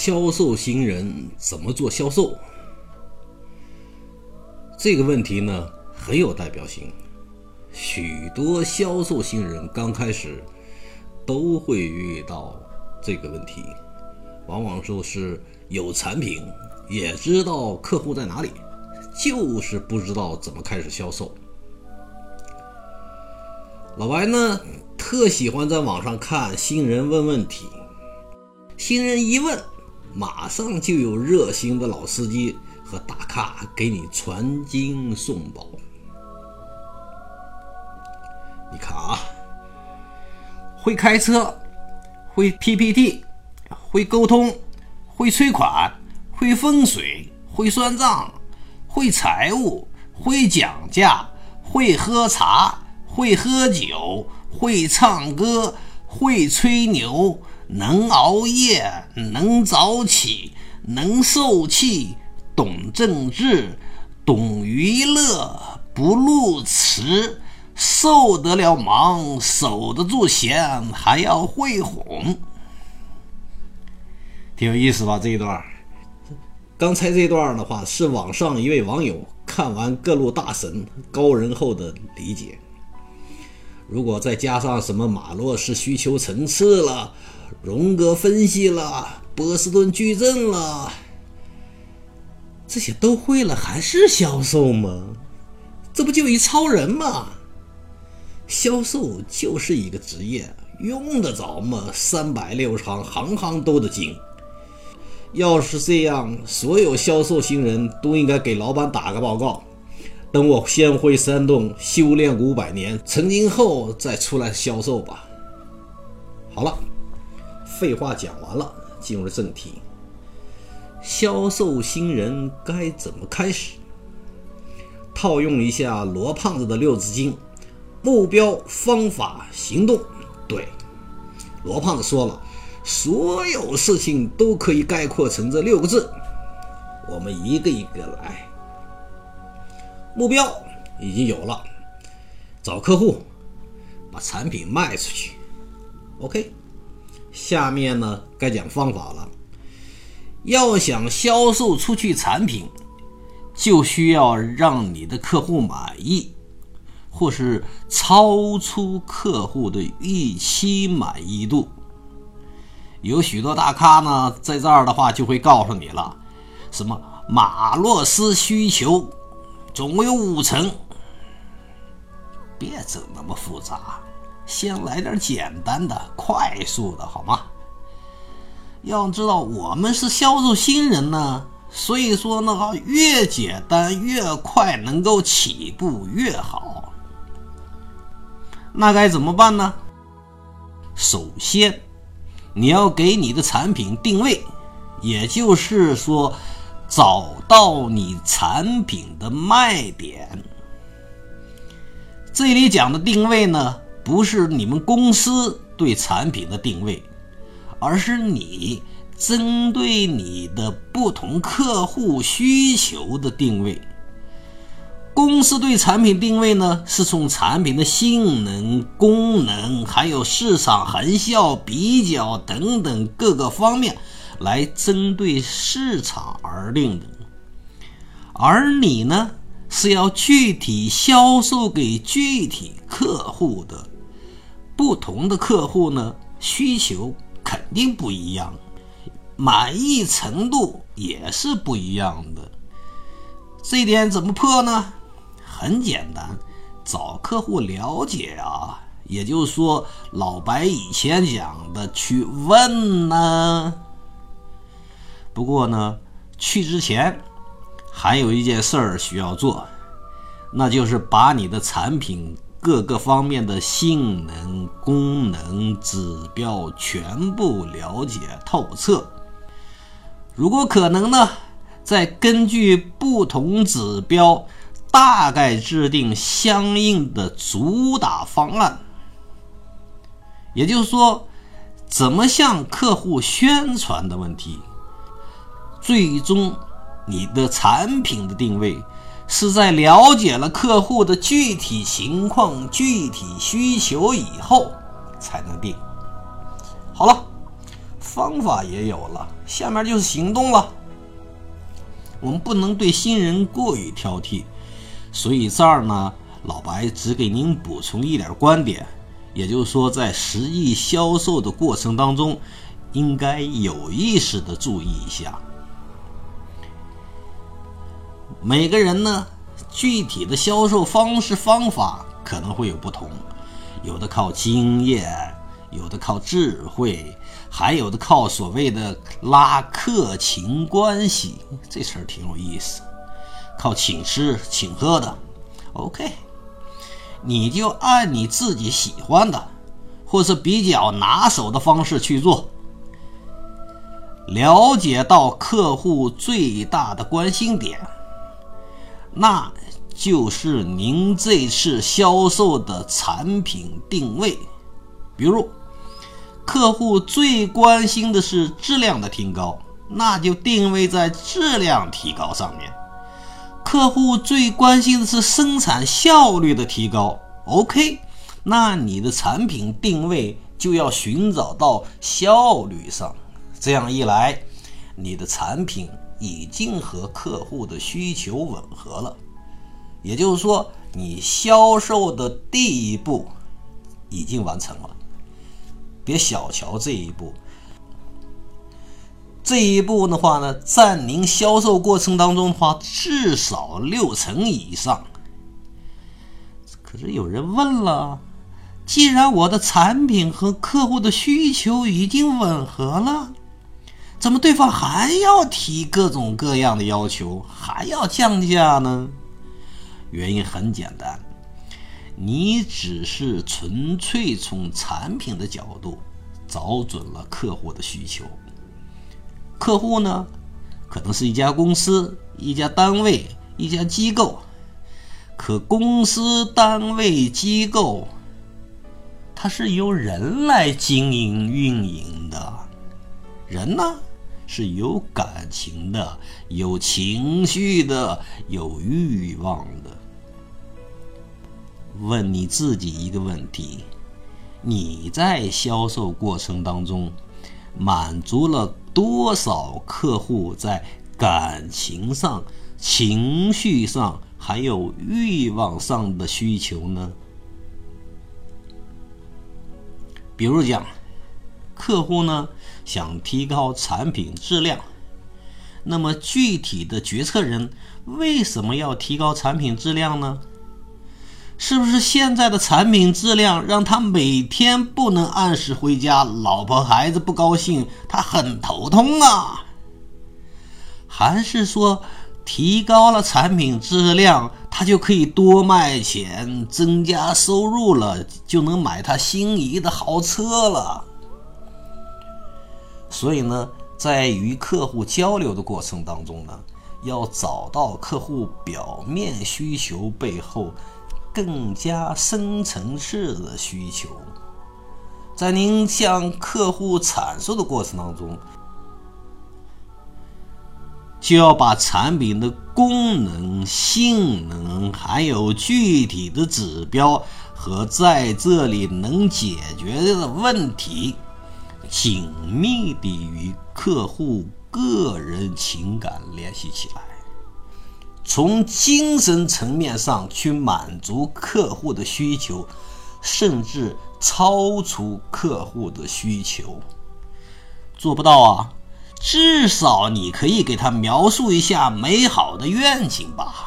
销售新人怎么做销售？这个问题呢很有代表性，许多销售新人刚开始都会遇到这个问题，往往就是有产品，也知道客户在哪里，就是不知道怎么开始销售。老白呢特喜欢在网上看新人问问题，新人一问，马上就有热心的老司机和大咖给你传经送宝。你看啊，会开车，会 PPT， 会沟通，会催款，会风水，会算账，会财务，会讲价，会喝茶，会喝酒，会唱歌，会吹牛，能熬夜，能早起，能受气，懂政治，懂娱乐，不露齿，受得了忙，守得住闲，还要会哄。挺有意思吧这一段？刚才这段的话是网上一位网友看完各路大神高人后的理解，如果再加上什么马洛式需求层次了，荣格分析了，波士顿矩阵了，这些都会了还是销售吗？这不就一超人吗？销售就是一个职业，用得着吗？360行，行行都得精。要是这样，所有销售新人都应该给老板打个报告，等我先回山洞修炼500年，成精后再出来销售吧。好了，废话讲完了，进入正题。销售新人该怎么开始？套用一下罗胖子的6字经：目标、方法、行动。对，罗胖子说了，所有事情都可以概括成这6个字，我们一个一个来。目标已经有了，找客户，把产品卖出去。 OK， 下面呢该讲方法了。要想销售出去产品，就需要让你的客户满意，或是超出客户的预期满意度。有许多大咖呢在这儿的话就会告诉你了，什么马洛斯需求总有5层，别整那么复杂，先来点简单的快速的好吗？要知道我们是销售新人呢，所以说呢越简单越快能够起步越好。那该怎么办呢？首先你要给你的产品定位，也就是说找到你产品的卖点。这里讲的定位呢，不是你们公司对产品的定位，而是你针对你的不同客户需求的定位。公司对产品定位呢，是从产品的性能、功能，还有市场横销、比较等等各个方面来针对市场而定的。而你呢，是要具体销售给具体客户的。不同的客户呢，需求肯定不一样，满意程度也是不一样的。这一点怎么破呢？很简单，找客户了解啊，也就是说老白以前讲的去问呢。不过呢，去之前还有一件事儿需要做，那就是把你的产品各个方面的性能、功能、指标全部了解透彻。如果可能呢，再根据不同指标大概制定相应的主打方案。也就是说，怎么向客户宣传的问题。最终你的产品的定位是在了解了客户的具体情况、具体需求以后才能定。好了， 方法也有了，下面就是行动了。我们不能对新人过于挑剔，所以这儿呢，老白只给您补充一点观点，也就是说，在实际销售的过程当中，应该有意识的注意一下。每个人呢，具体的销售方式方法可能会有不同，有的靠经验，有的靠智慧，还有的靠所谓的拉客情关系，这词儿挺有意思，靠请吃请喝的。 OK， 你就按你自己喜欢的或是比较拿手的方式去做，了解到客户最大的关心点，那就是您这次销售的产品定位。比如客户最关心的是质量的提高，那就定位在质量提高上面。客户最关心的是生产效率的提高， OK， 那你的产品定位就要寻找到效率上。这样一来，你的产品已经和客户的需求吻合了，也就是说，你销售的第一步已经完成了。别小瞧这一步，这一步的话呢，占您销售过程当中的话，至少60%以上。可是有人问了，既然我的产品和客户的需求已经吻合了，怎么对方还要提各种各样的要求，还要降价呢？原因很简单，你只是纯粹从产品的角度找准了客户的需求。客户呢，可能是一家公司、一家单位、一家机构，可公司、单位、机构它是由人来经营运营的，人呢是有感情的，有情绪的，有欲望的。问你自己一个问题，你在销售过程当中满足了多少客户在感情上、情绪上还有欲望上的需求呢？比如讲，客户呢想提高产品质量，那么具体的决策人为什么要提高产品质量呢？是不是现在的产品质量让他每天不能按时回家，老婆孩子不高兴，他很头痛啊？还是说提高了产品质量，他就可以多卖钱，增加收入了，就能买他心仪的豪车了？所以呢，在与客户交流的过程当中呢，要找到客户表面需求背后更加深层次的需求。在您向客户阐述的过程当中，就要把产品的功能、性能还有具体的指标和在这里能解决的问题紧密地与客户个人情感联系起来，从精神层面上去满足客户的需求，甚至超出客户的需求。做不到啊，至少你可以给他描述一下美好的愿景吧。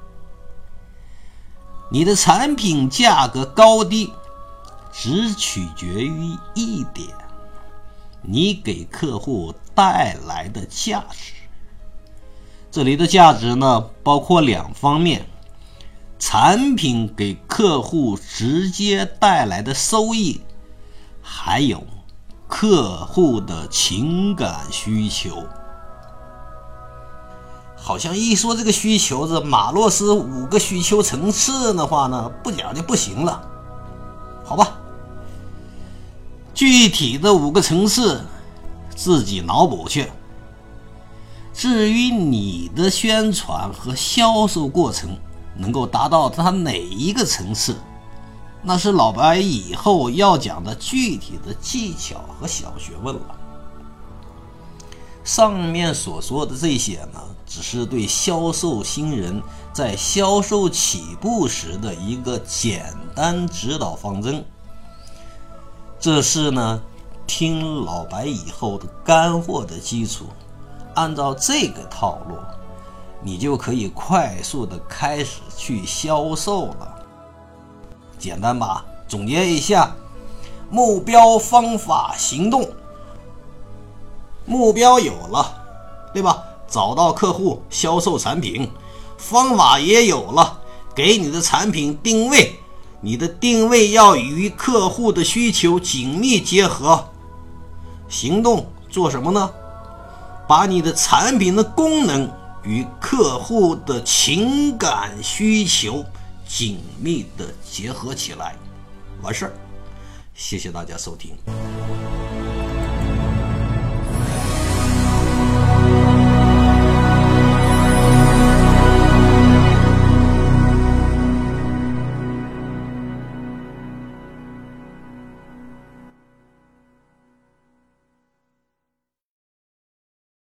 你的产品价格高低只取决于一点，你给客户带来的价值。这里的价值呢，包括2方面，产品给客户直接带来的收益，还有客户的情感需求。好像一说这个需求，这马洛斯5个需求层次的话呢，不讲就不行了。好吧，具体的5个层次自己脑补去。至于你的宣传和销售过程能够达到它哪一个层次，那是老白以后要讲的具体的技巧和小学问了。 上面所说的这些呢，只是对销售新人在销售起步时的一个简单指导方针。这是呢，听老白以后的干货的基础。按照这个套路，你就可以快速的开始去销售了。简单吧？总结一下：目标、方法、行动。目标有了，对吧？找到客户，销售产品。方法也有了，给你的产品定位，你的定位要与客户的需求紧密结合。行动做什么呢？把你的产品的功能与客户的情感需求紧密的结合起来，完事儿。谢谢大家收听。